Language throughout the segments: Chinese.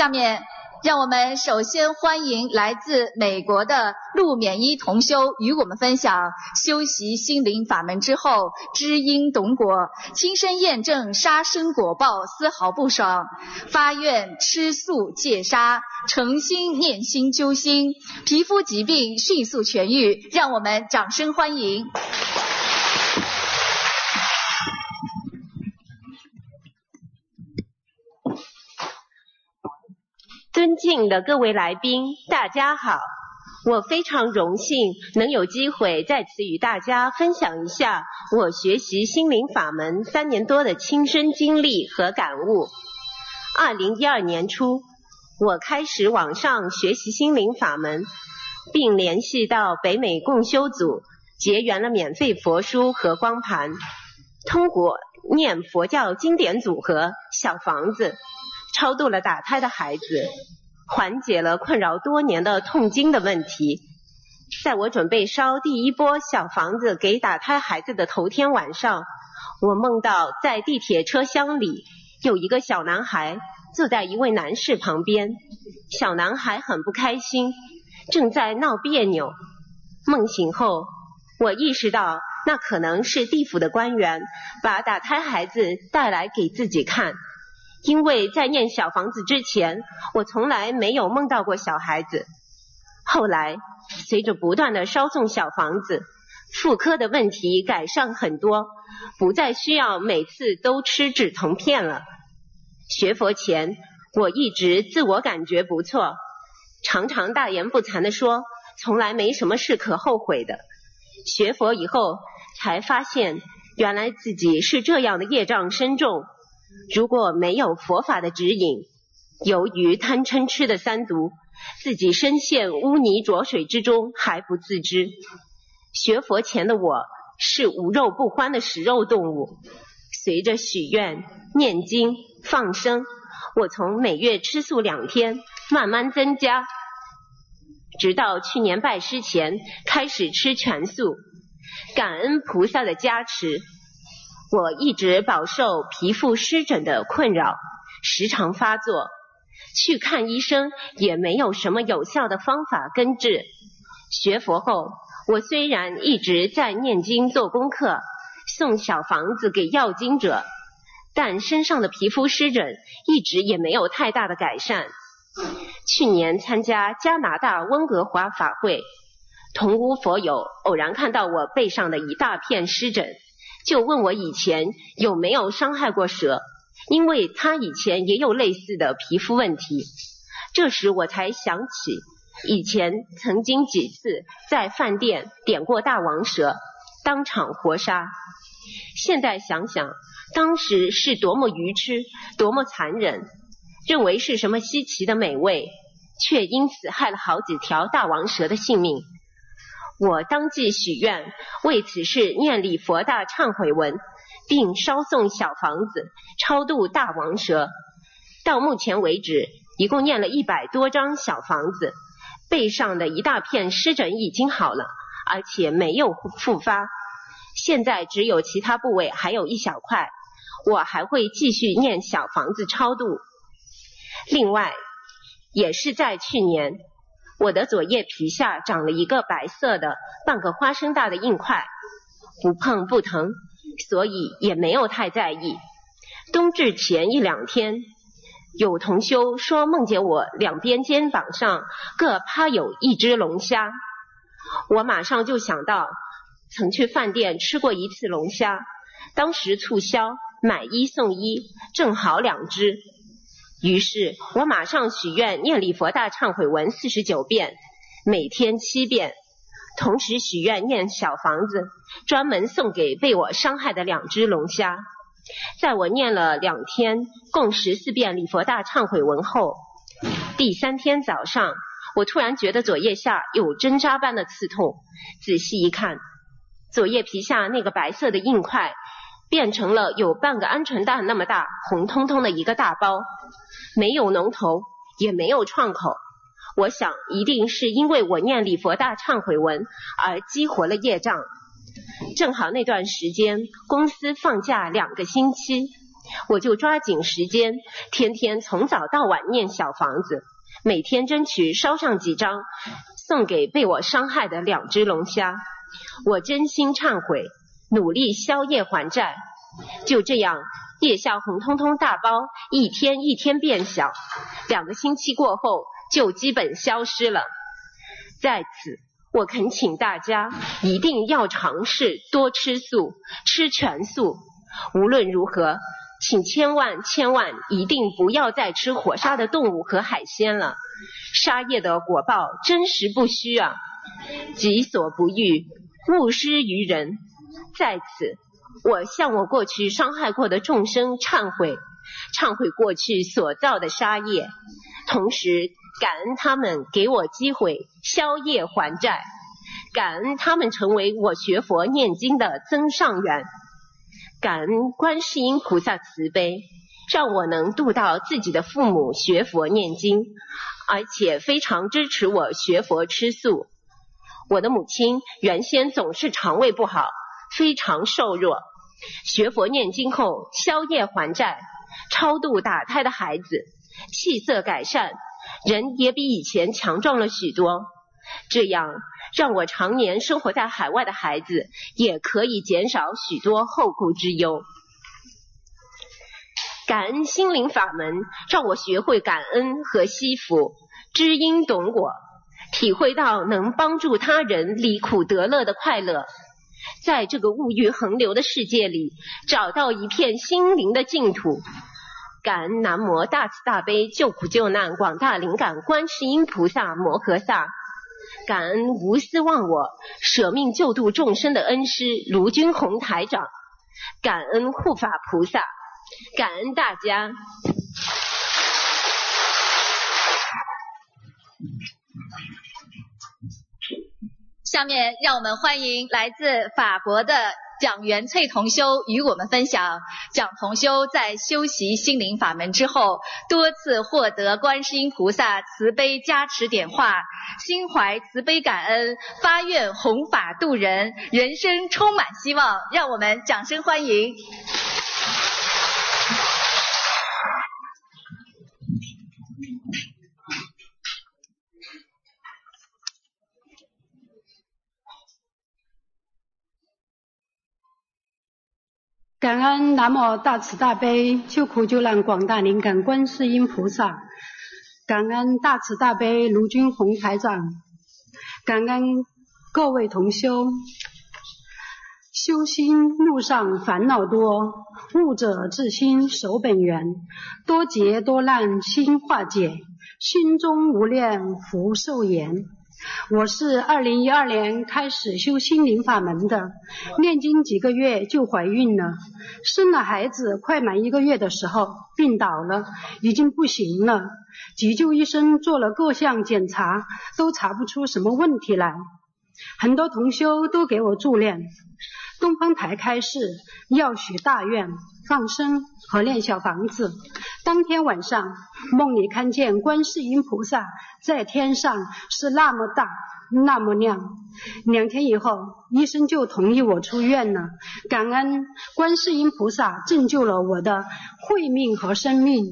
下面让我们首先欢迎来自美国的陆勉一同修与我们分享修习心灵法门之后知因懂果，亲身验证杀生果报丝毫不爽，发愿吃素戒杀，诚心念心修心，皮肤疾病迅速痊愈，让我们掌声欢迎。 尊敬的各位来宾，大家好，我非常荣幸能有机会在此与大家分享一下我学习心灵法门3年多的亲身经历和感悟。2012年初，我开始网上学习心灵法门，并联系到北美共修组，结缘了免费佛书和光盘，通过念佛教经典组合小房子，超度了打胎的孩子，缓解了困扰多年的痛经的问题。在我准备烧第一波小房子给打胎孩子的头天晚上，我梦到在地铁车厢里有一个小男孩坐在一位男士旁边，小男孩很不开心，正在闹别扭。梦醒后，我意识到那可能是地府的官员把打胎孩子带来给自己看，因为在念小房子之前，我从来没有梦到过小孩子。后来随着不断的烧送小房子，妇科的问题改善很多，不再需要每次都吃止疼片了。学佛前，我一直自我感觉不错，常常大言不惭地说从来没什么事可后悔的。学佛以后才发现，原来自己是这样的业障深重，如果没有佛法的指引，由于贪嗔痴的三毒，自己深陷污泥浊水之中还不自知。学佛前的我是无肉不欢的食肉动物，随着许愿、念经、放生，我从每月吃素2天慢慢增加，直到去年拜师前开始吃全素。感恩菩萨的加持，我一直饱受皮肤湿疹的困扰，时常发作，去看医生也没有什么有效的方法根治。学佛后，我虽然一直在念经做功课，送小房子给要经者，但身上的皮肤湿疹一直也没有太大的改善。去年参加加拿大温哥华法会，同屋佛友偶然看到我背上的一大片湿疹，就问我以前有没有伤害过蛇，因为他以前也有类似的皮肤问题。这时我才想起以前曾经几次在饭店点过大王蛇，当场活杀。现在想想，当时是多么愚痴，多么残忍，认为是什么稀奇的美味，却因此害了好几条大王蛇的性命。我当即许愿，为此事念礼佛大忏悔文，并烧送小房子，超度大王蛇。到目前为止，一共念了100多张小房子，背上的一大片湿疹已经好了，而且没有复发。现在只有其他部位还有一小块，我还会继续念小房子超度。另外，也是在去年，我的左腋皮下长了一个白色的半个花生大的硬块，不碰不疼，所以也没有太在意。冬至前1、2天，有同修说梦见我两边肩膀上各趴有一只龙虾，我马上就想到曾去饭店吃过一次龙虾，当时促销买1送1，正好2只。于是我马上许愿念礼佛大忏悔文49遍，每天7遍，同时许愿念小房子，专门送给被我伤害的2只龙虾。在我念了2天共14遍礼佛大忏悔文后，第3天早上，我突然觉得左腋下有针扎般的刺痛，仔细一看，左腋皮下那个白色的硬块变成了有半个鹌鹑蛋那么大，红彤彤的一个大包，没有脓头，也没有创口。我想一定是因为我念礼佛大忏悔文而激活了业障。正好那段时间公司放假2个星期， 我就抓紧时间，天天从早到晚念小房子，每天争取烧上几张，送给被我伤害的2只龙虾。我真心忏悔，努力消业还债。就这样，叶下红彤彤大包一天一天变小，2个星期过后就基本消失了。在此，我恳请大家一定要尝试多吃素，吃全素。无论如何，请千万一定不要再吃活杀的动物和海鲜了。杀业的果报真实不虚啊！己所不欲，勿施于人。在此，我向我过去伤害过的众生忏悔过去所造的杀业，同时感恩他们给我机会消业还债，感恩他们成为我学佛念经的增上缘，感恩观世音菩萨慈悲，让我能度到自己的父母学佛念经，而且非常支持我学佛吃素。我的母亲原先总是肠胃不好，非常瘦弱，学佛念经后消业还债，超度打胎的孩子，气色改善，人也比以前强壮了许多。这样让我常年生活在海外的孩子也可以减少许多后顾之忧。感恩心灵法门，让我学会感恩和惜福，知因懂果，体会到能帮助他人离苦得乐的快乐，在这个物欲横流的世界里找到一片心灵的净土。感恩南无大慈大悲救苦救难广大灵感观世音菩萨摩诃萨，感恩无私忘我舍命救度众生的恩师卢军宏台长，感恩护法菩萨，感恩大家。 下面让我们欢迎来自法国的蒋元翠同修与我们分享，蒋同修在修习心灵法门之后，多次获得观世音菩萨慈悲加持点化，心怀慈悲感恩，发愿弘法度人，人生充满希望。让我们掌声欢迎。 感恩南无大慈大悲救苦救难广大灵感观世音菩萨，感恩大慈大悲卢军宏台长，感恩各位同修。修心路上烦恼多，悟者自心守本源，多劫多难心化解，心中无念福寿延。我是2012年开始修心灵法门的，念经几个月就怀孕了，生了孩子快满1个月的时候病倒了，已经不行了，急救医生做了各项检查，都查不出什么问题来。很多同修都给我助念，东方台开示要许大愿、放生和念小房子。当天晚上梦里看见观世音菩萨在天上是那么大那么亮，2天以后医生就同意我出院了。感恩观世音菩萨拯救了我的慧命和生命。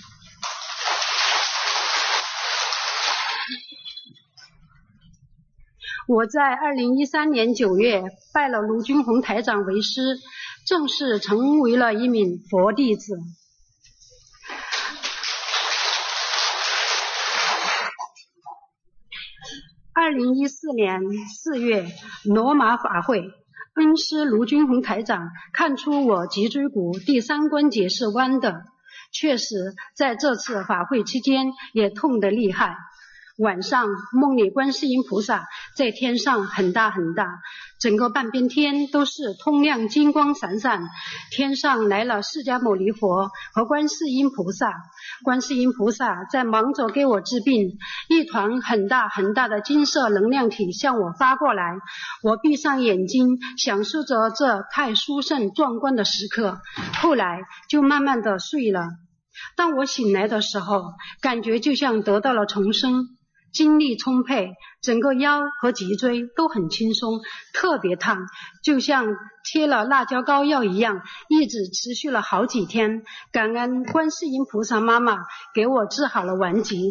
我在2013年9月拜了卢军宏台长为师，正式成为了一名佛弟子。2014年4月罗马法会，恩师卢军宏台长看出我脊椎骨第3关节是弯的，确实在这次法会期间也痛得厉害。晚上梦里观世音菩萨在天上很大很大，整个半边天都是通亮金光闪闪，天上来了释迦牟尼佛和观世音菩萨，观世音菩萨在忙着给我治病，一团很大很大的金色能量体向我发过来，我闭上眼睛享受着这太殊胜壮观的时刻，后来就慢慢的睡了。当我醒来的时候，感觉就像得到了重生， 精力充沛，整个腰和脊椎都很轻松，特别烫，就像贴了辣椒膏药一样，一直持续了好几天。感恩观世音菩萨妈妈给我治好了顽疾。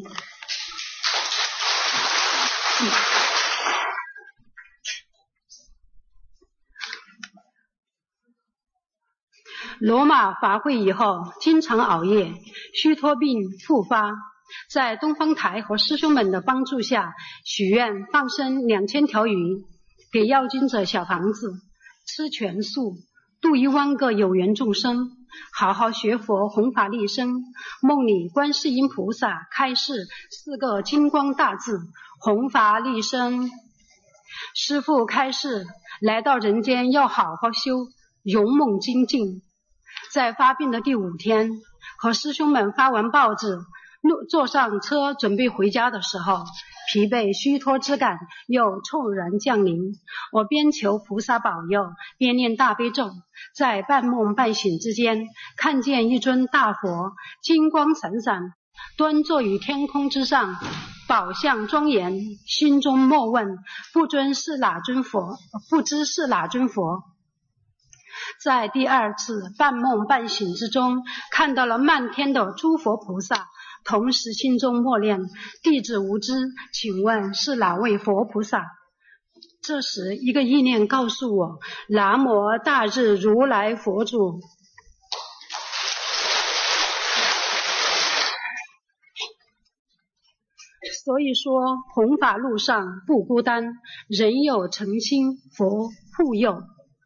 罗马法会以后，经常熬夜，虚脱病复发。在东方台和师兄们的帮助下，许愿放生2000条鱼，给要经者小房子，吃全素，度1万个有缘众生，好好学佛弘法利生。梦里观世音菩萨开示4个金光大字：弘法利生。师父开示，来到人间要好好修，勇猛精进。在发病的第5天，和师兄们发完报纸，坐上车准备回家的时候，疲惫虚脱之感又骤然降临。我边求菩萨保佑，边念大悲咒，在半梦半醒之间，看见一尊大佛，金光闪闪，端坐于天空之上，宝相庄严，心中默问，不知是哪尊佛。在第2次半梦半醒之中，看到了漫天的诸佛菩萨，同时心中默念，弟子无知，请问是哪位佛菩萨？这时一个意念告诉我，南无大日如来佛祖。所以说，弘法路上不孤单，人有诚心，佛护佑。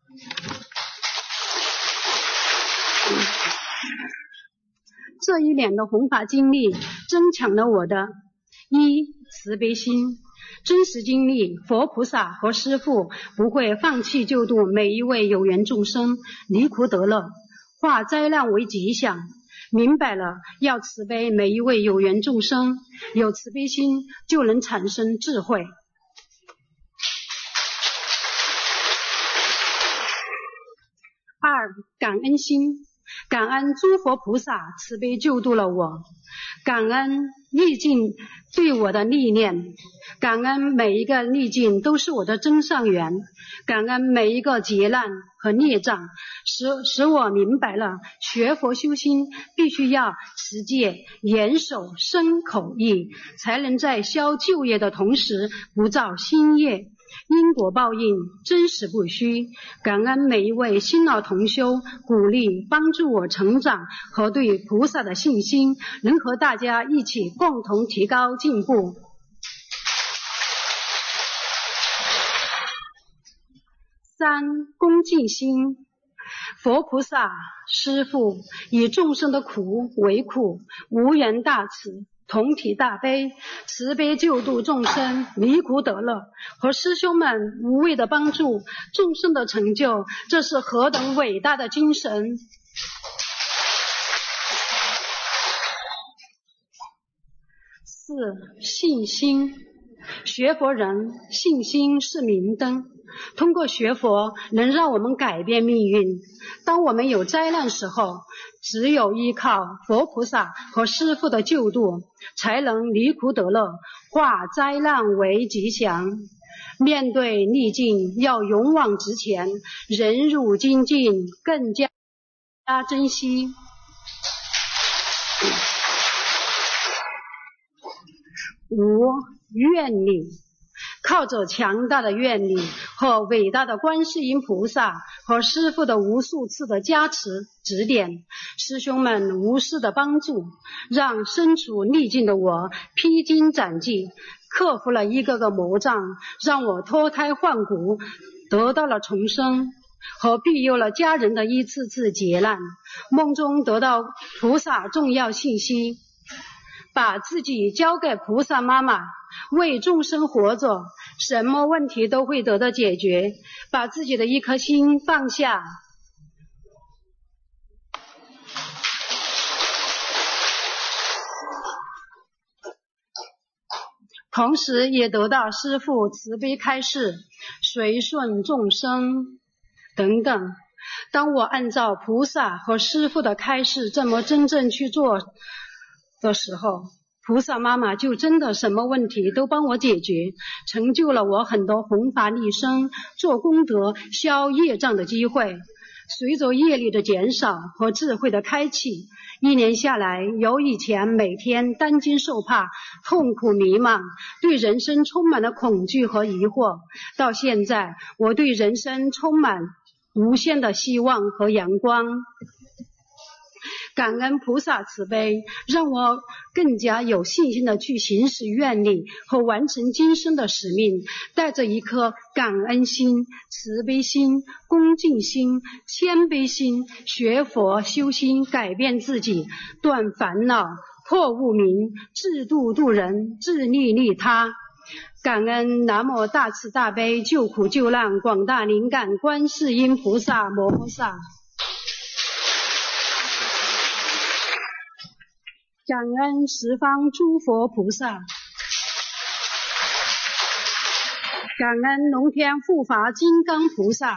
这一年的弘法经历增强了我的慈悲心，真实经历佛菩萨和师父不会放弃救度每一位有缘众生，离苦得乐，化灾难为吉祥。明白了要慈悲每一位有缘众生，有慈悲心就能产生智慧。2. 感恩心，感恩诸佛菩萨慈悲救度了我，感恩逆境对我的历练，感恩每一个逆境都是我的增上缘，感恩每一个劫难和孽障，使我明白了学佛修心必须要持戒严守身口意，才能在消旧业的同时不造新业，因果报应真实不虚。感恩每一位新老同修鼓励帮助我成长和对菩萨的信心，能和大家一起共同提高进步。3. 恭敬心，佛菩萨师父以众生的苦为苦，无缘大慈，同体大悲，慈悲救度众生，离苦得乐，和师兄们无畏的帮助众生的成就，这是何等伟大的精神！ 4. 信心，学佛人信心是明灯，通过学佛能让我们改变命运。当我们有灾难时候，只有依靠佛菩萨和师父的救度，才能离苦得乐，化灾难为吉祥。面对逆境要勇往直前，忍辱精进，更加珍惜。5. 愿力，靠着强大的愿力和伟大的观世音菩萨和师父的无数次的加持指点，师兄们无私的帮助，让身处逆境的我披荆斩棘，克服了一个个魔障，让我脱胎换骨，得到了重生，和庇佑了家人的一次次劫难。梦中得到菩萨重要信息，把自己交给菩萨妈妈，为众生活着，什么问题都会得到解决，把自己的一颗心放下。同时也得到师父慈悲开示，随顺众生等等。当我按照菩萨和师父的开示这么真正去做的时候， 菩萨妈妈就真的什么问题都帮我解决，成就了我很多弘法利生、做功德、消业障的机会。随着业力的减少和智慧的开启，1年下来，由以前每天担惊受怕、痛苦迷茫，对人生充满了恐惧和疑惑，到现在我对人生充满无限的希望和阳光。感恩菩萨慈悲，让我更加有信心的去行使愿力和完成今生的使命，带着一颗感恩心、慈悲心、恭敬心、谦卑心，学佛修心，改变自己，断烦恼、破无明，自度度人，自利利他。感恩南无大慈大悲救苦救难广大灵感观世音菩萨摩诃萨。感恩十方诸佛菩萨，感恩龙天护法金刚菩萨，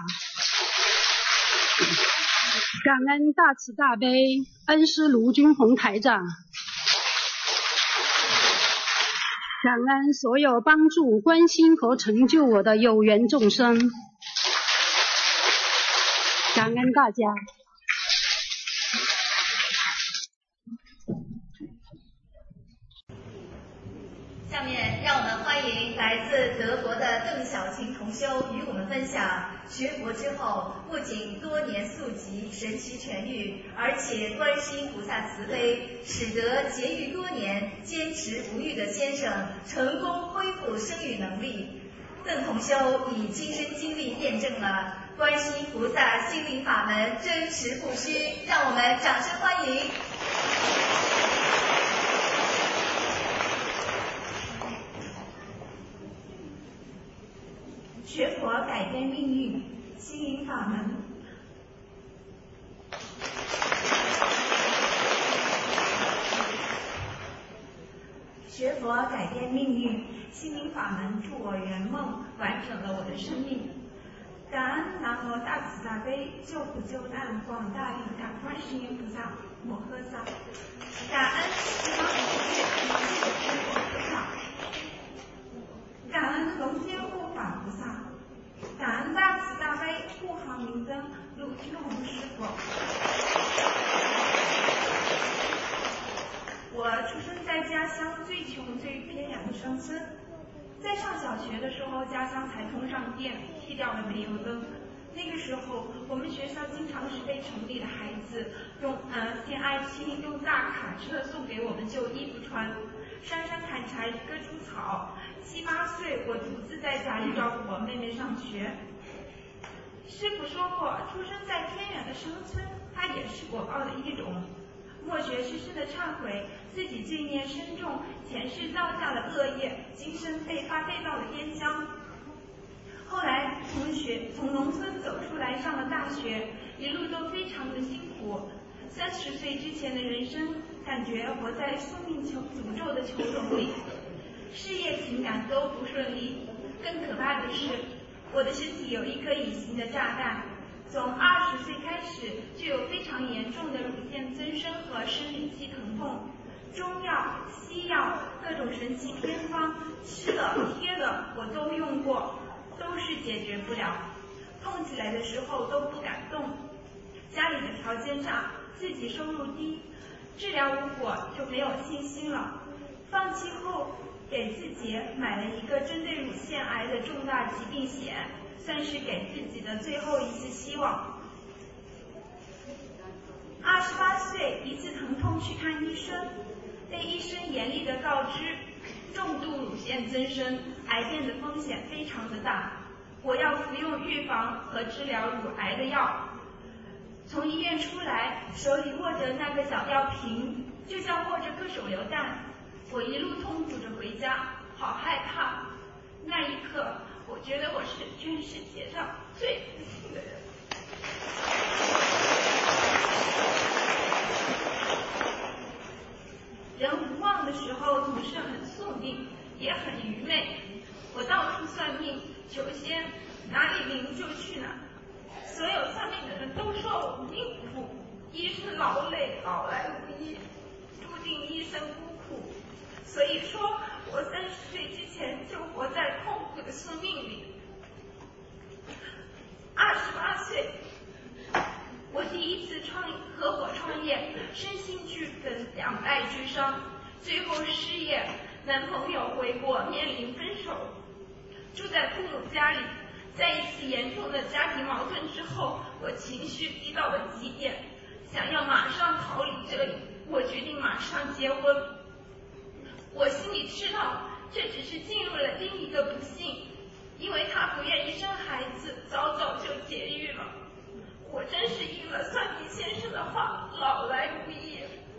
感恩大慈大悲恩师卢军宏台长，感恩所有帮助、关心和成就我的有缘众生，感恩大家。 下面让我们欢迎来自德国的邓小琴同修与我们分享学佛之后不仅多年宿疾神奇痊愈，而且观世音菩萨慈悲，使得节育多年坚持不育的先生成功恢复生育能力。邓同修以亲身经历验证了观世音菩萨心灵法门真实不虚，让我们掌声欢迎。学佛改变命运，心灵法门。学佛改变命运，心灵法门助我圆梦，完整了我的生命。感恩南无大慈大悲救苦救难广大灵感观世音菩萨摩诃萨，感恩十方世界诸佛菩萨，感恩龙天护法菩萨，感恩大慈大悲护航明灯卢军宏师傅。我出生在家乡最穷最偏远的乡村，在上小学的时候，家乡才通上电，踢掉了煤油灯。那个时候，我们学校经常是被城里的孩子用献爱心，用大卡车送给我们旧衣服穿，山山砍柴割除草。7、8岁，我独自在家里照顾我妹妹上学。师父说过，出生在偏远的乡村，它也是果报的一种。默学深深的忏悔自己罪孽深重，前世造下了恶业，今生被发配到了边疆。后来从农村走出来，上了大学，一路都非常的辛苦。30岁之前的人生，感觉活在宿命诅咒的囚笼里，事业情感都不顺利。更可怕的是，我的身体有一颗隐形的炸弹，从20岁开始就有非常严重的乳腺增生和生理期疼痛，中药、西药、各种神奇偏方吃了贴了我都用过，都是解决不了。痛起来的时候都不敢动，家里的条件差，自己收入低，治疗无果就没有信心了。放弃后，给自己买了一个针对乳腺癌的重大疾病险，算是给自己的最后一次希望。28岁，一次疼痛去看医生，被医生严厉地告知，重度乳腺增生，癌变的风险非常的大，我要服用预防和治疗乳癌的药。从医院出来，手里握着那个小药瓶，就像握着个手榴弹。我一路痛苦着回家，好害怕。那一刻，我觉得我是全世界上最不幸的人。人无望的时候总是很宿命，也很愚昧。我到处算命求仙，哪里灵就去哪。所有算命的人都说我命苦，一是劳累，老来无益，注定一生孤苦。 所以说我30岁之前就活在痛苦的生命里。28岁，我第一次合伙创业，身心俱焚，两败俱伤，最后失业，男朋友回国，面临分手，住在父母家里。在一次严重的家庭矛盾之后，我情绪低到了极点，想要马上逃离这里。我决定马上结婚。我心里知道这只是进入了另一个不幸，因为他不愿意生孩子，早早就节育了。我真是应了算命先生的话，老来无益。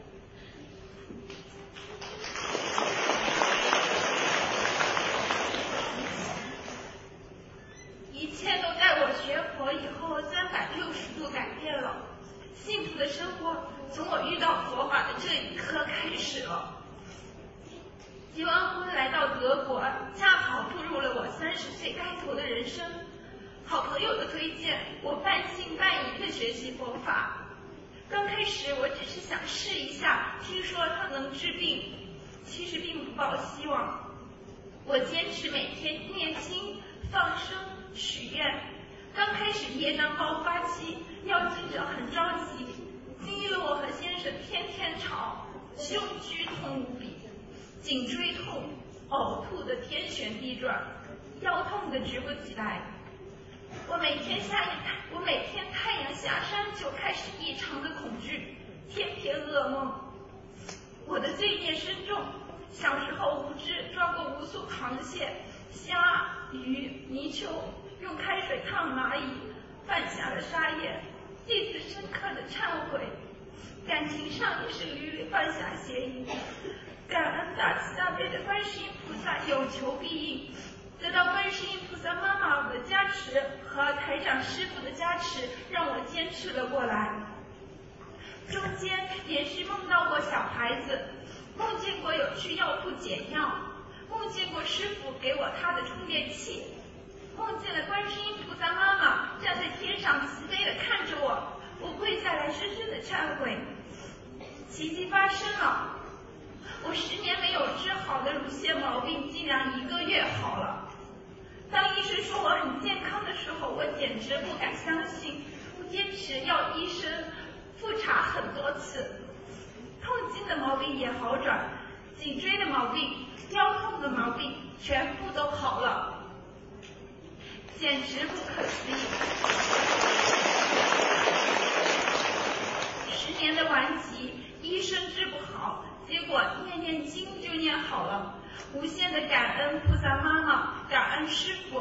一切都在我学佛以后360度改变了，幸福的生活从我遇到佛法的这一刻开始了。结完婚来到德国，恰好步入了我30岁开头的人生。好朋友的推荐，我半信半疑的学习佛法。刚开始我只是想试一下，听说它能治病，其实并不抱希望。我坚持每天念经、放生、许愿。刚开始业障爆发期，要记者很着急，经历了我和先生天天吵，胸剧痛无比，颈椎痛，呕吐的天旋地转，腰痛的直不起来。我每天太阳下山就开始异常的恐惧，天天噩梦。我的罪孽深重，小时候无知抓过无数螃蟹、虾、鱼、泥鳅，用开水烫蚂蚁，犯下了杀业，弟子深刻的忏悔。感情上也是屡屡犯下邪淫，感恩大慈大悲的观世音菩萨有求必应，得到观世音菩萨妈妈的加持和台长师父的加持，让我坚持了过来。中间也是梦到过小孩子，梦见过有去药铺捡药，梦见过师父给我他的充电器，梦见了观世音菩萨妈妈站在天上慈悲的看着我，我跪下来深深的忏悔。奇迹发生了，我10年没有治好的乳腺毛病竟然1个月好了。当医生说我很健康的时候，我简直不敢相信。我坚持要医生复查很多次，痛经的毛病也好转，颈椎的毛病、腰痛的毛病全部都好了，简直不可思议。10年的顽疾，医生治不好，结果念经就念好了。无限的感恩菩萨妈妈，感恩师父。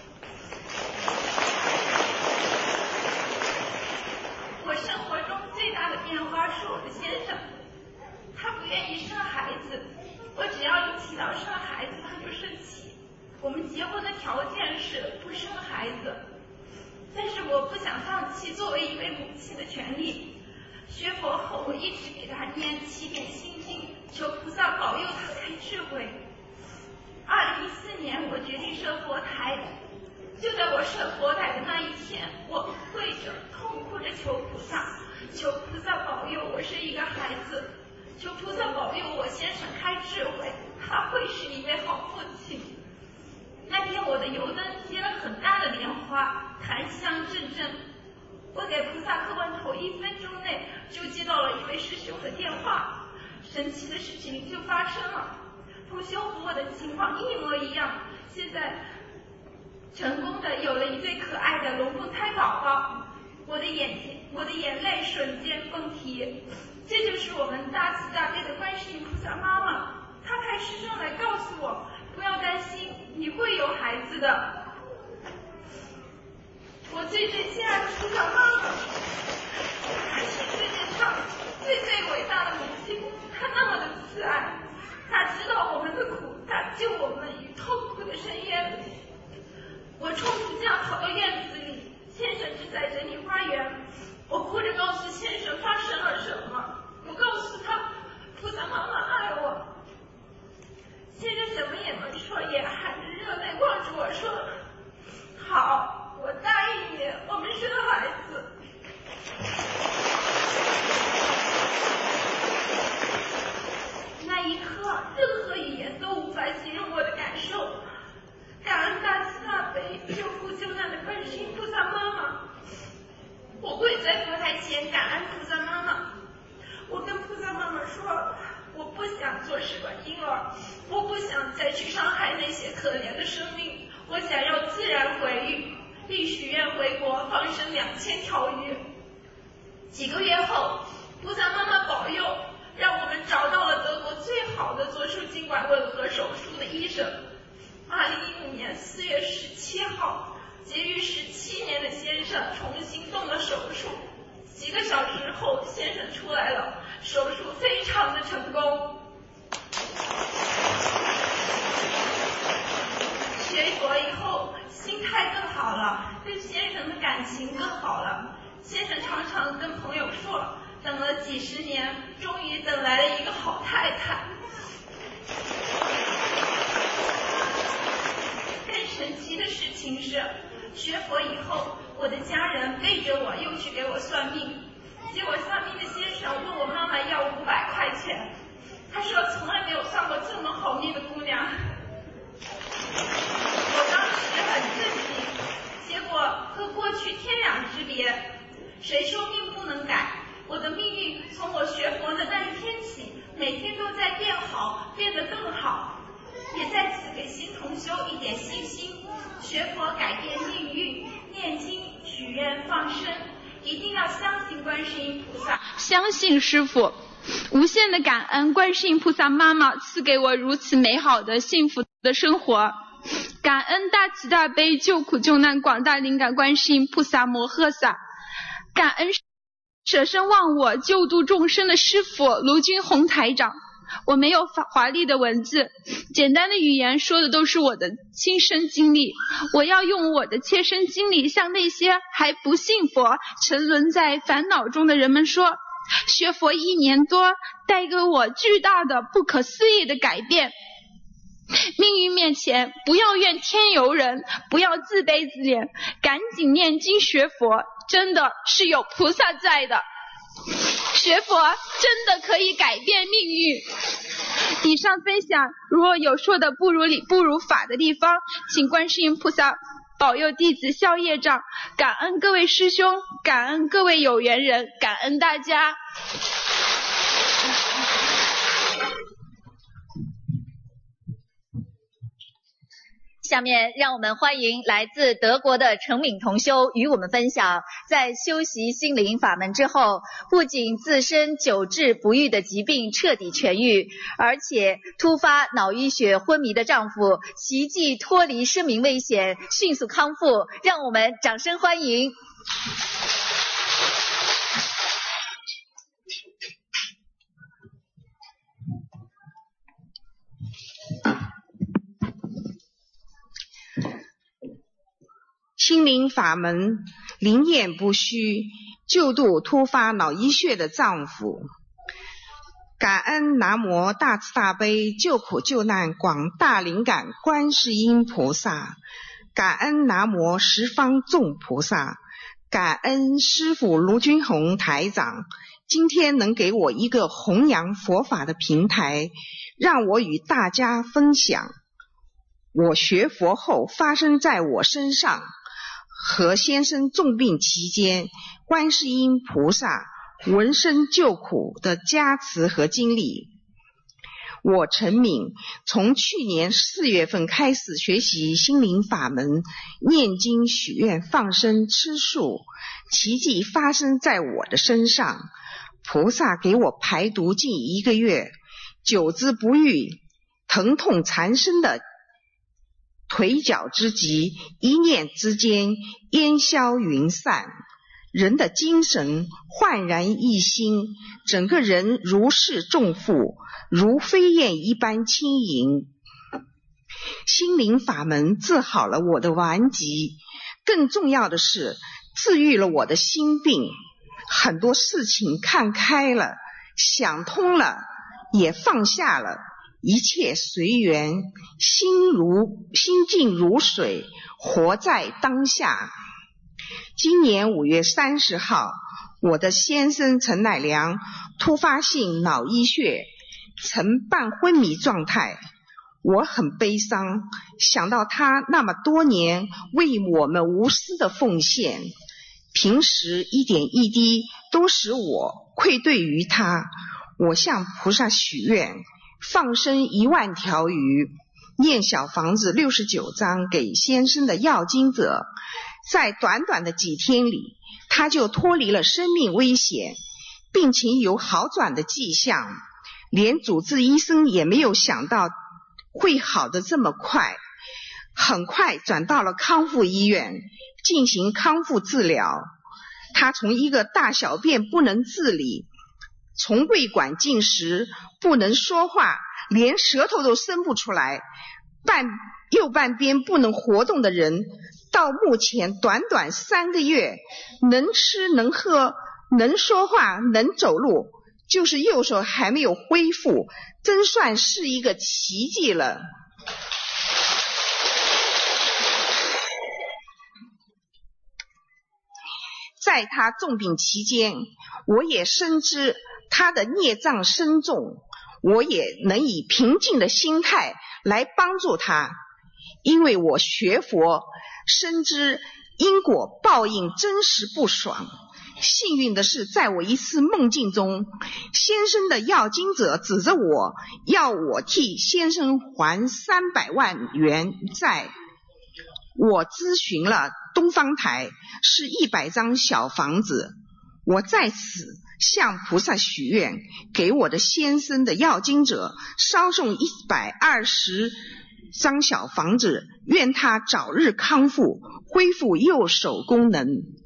我生活中最大的变化是我的先生，他不愿意生孩子，我只要一提到生孩子他就生气。我们结婚的条件是不生孩子，但是我不想放弃作为一位母亲的权利。学佛后，我一直给他念7遍心经，求菩萨保佑他开智慧。2014年，我决定设佛台。就在我设佛台的那一天，我跪着痛哭着求菩萨，求菩萨保佑我是一个孩子，求菩萨保佑我先生开智慧，他会是一位好父亲。那天我的油灯结了很大的莲花，檀香阵阵。我给菩萨磕完头1分钟内就接到了一位师兄的电话，神奇的事情就发生了，同修和我的情况一模一样，现在成功的有了一对可爱的龙凤胎宝宝，我的眼泪瞬间崩堤。这就是我们大慈大悲的观世音菩萨妈妈，她派师兄来告诉我，不要担心，你会有孩子的。我最亲爱的菩萨妈妈，她是世界上最伟大的母亲，她那么的慈爱，她知道我们的苦，她救我们于痛苦的深渊。我冲出家跑到院子里，先生正在整理花园，我哭着告诉先生发生了什么，我告诉他菩萨妈妈爱我。先生什么也没说，也含着热泪望着我说，好，我答应你，我们生孩子。那一刻，任何想再去伤害那些可怜的生命，我想要自然回狱，立许愿回国放生2000条鱼。几个月后，菩萨妈妈保佑，让我们找到了德国最好的做输精管吻合手术的医生。2015年4月17号，节育17年的先生重新动了手术。几个小时后，先生出来了，手术非常的成功。学佛以后，心态更好了，对先生的感情更好了。先生常常跟朋友说，等了几十年，终于等来了一个好太太。更神奇的事情是，学佛以后，我的家人背着我又去给我算命，结果算命的先生问我妈妈要500块钱，他说从来没有算过这么好命的姑娘。我当时很震惊，结果和过去天壤之别。谁说命不能改？我的命运从我学佛的那一天起，每天都在变好，变得更好。也在此给新同修一点信心，学佛改变命运，念经许愿放生，一定要相信观世音菩萨， 相信师父。无限的感恩观世音菩萨妈妈赐给我如此美好的幸福的生活，感恩大慈大悲救苦救难广大灵感观世音菩萨摩诃萨，感恩舍身忘我救度众生的师父卢军宏台长。我没有华丽的文字，简单的语言说的都是我的亲身经历，我要用我的切身经历向那些还不信佛沉沦在烦恼中的人们说，学佛1年多带给我巨大的不可思议的改变。命运面前不要怨天尤人，不要自卑自怜，赶紧念经学佛，真的是有菩萨在的，学佛真的可以改变命运。以上分享如果有说的不如理不如法的地方，请观世音菩萨保佑弟子消业障，感恩各位师兄，感恩各位有缘人，感恩大家。 下面让我们欢迎来自德国的程敏同修与我们分享，在修习心灵法门之后，不仅自身久治不愈的疾病彻底痊愈，而且突发脑淤血昏迷的丈夫奇迹脱离生命危险，迅速康复，让我们掌声欢迎。 心灵法门灵验不虚，救度突发脑溢血的丈夫。感恩南无大慈大悲救苦救难广大灵感观世音菩萨，感恩南无十方众菩萨，感恩师父卢军宏台长，今天能给我一个弘扬佛法的平台，让我与大家分享我学佛后发生在我身上和先生重病期间观世音菩萨闻声救苦的加持和经历。我陈敏从去年4月份开始学习心灵法门，念经许愿放生吃素，奇迹发生在我的身上。菩萨给我排毒近1个月，久治不愈，疼痛缠身的腿脚之疾，一念之间烟消云散，人的精神焕然一新，整个人如释重负，如飞燕一般轻盈。心灵法门治好了我的顽疾，更重要的是治愈了我的心病，很多事情看开了，想通了，也放下了，一切随缘，心静如水，活在当下。今年5月30号，我的先生陈乃良突发性脑溢血，呈半昏迷状态。我很悲伤，想到他那么多年为我们无私的奉献，平时一点一滴都使我愧对于他。我向菩萨许愿放生1万条鱼， 念小房子69章给先生的要经者，在短短的几天里，他就脱离了生命危险，病情有好转的迹象，连主治医生也没有想到会好得这么快。很快转到了康复医院进行康复治疗。他从一个大小便不能自理，从胃管进食，不能说话，连舌头都伸不出来，右半边不能活动的人，到目前短短3个月，能吃能喝，能说话，能走路，就是右手还没有恢复，真算是一个奇迹了。在他重病期间，我也深知他的孽障深重，我也能以平静的心态来帮助他。因为我学佛，深知因果报应真实不爽。幸运的是，在我一次梦境中，先生的要经者指着我，要我替先生还300万元债。我咨询了东方台，是100张小房子。我在此向菩萨许愿，给我的先生的要经者烧送120张小房子，愿他早日康复，恢复右手功能。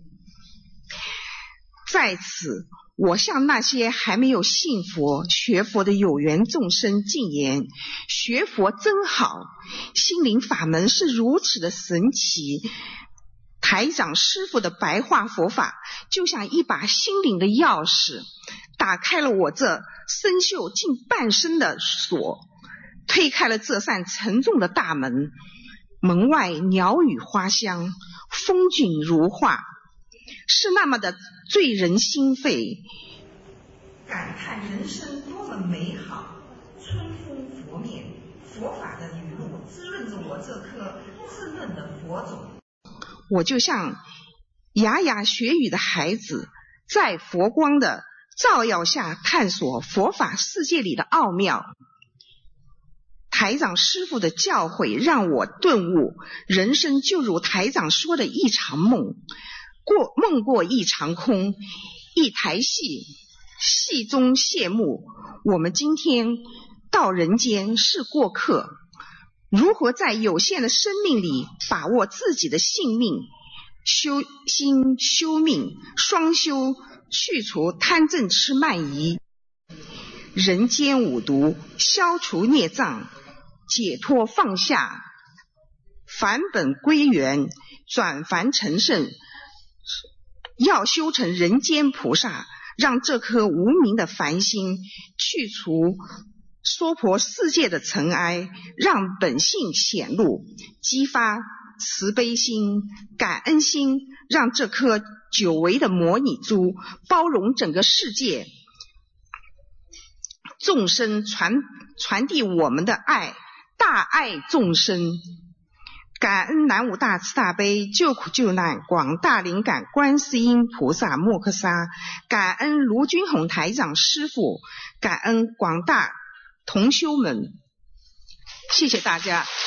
在此，我向那些还没有信佛、学佛的有缘众生进言：学佛真好，心灵法门是如此的神奇。台长师父的白话佛法就像一把心灵的钥匙，打开了我这生锈近半生的锁，推开了这扇沉重的大门。门外鸟语花香，风景如画，是那么的醉人心肺。感叹人生多么美好，春风拂面，佛法的雨露滋润着我这颗稚嫩的佛种。我就像牙牙学语的孩子，在佛光的照耀下探索佛法世界里的奥妙。台长师父的教诲让我顿悟，人生就如台长说的一场梦，梦过一场空，一台戏，戏中谢幕。我们今天到人间是过客，如何在有限的生命里把握自己的性命，修心修命，双修，去除贪嗔痴慢疑，人间五毒，消除孽障，解脱放下，返本归元，转凡成圣，要修成人间菩萨，让这颗无名的凡心去除娑婆世界的尘埃，让本性显露，激发慈悲心、感恩心，让这颗久违的模拟珠包容整个世界，众生传递我们的爱，大爱众生。感恩南无大慈大悲救苦救难广大灵感观世音菩萨摩诃萨，感恩卢军宏台长师父，感恩广大同修们，谢谢大家。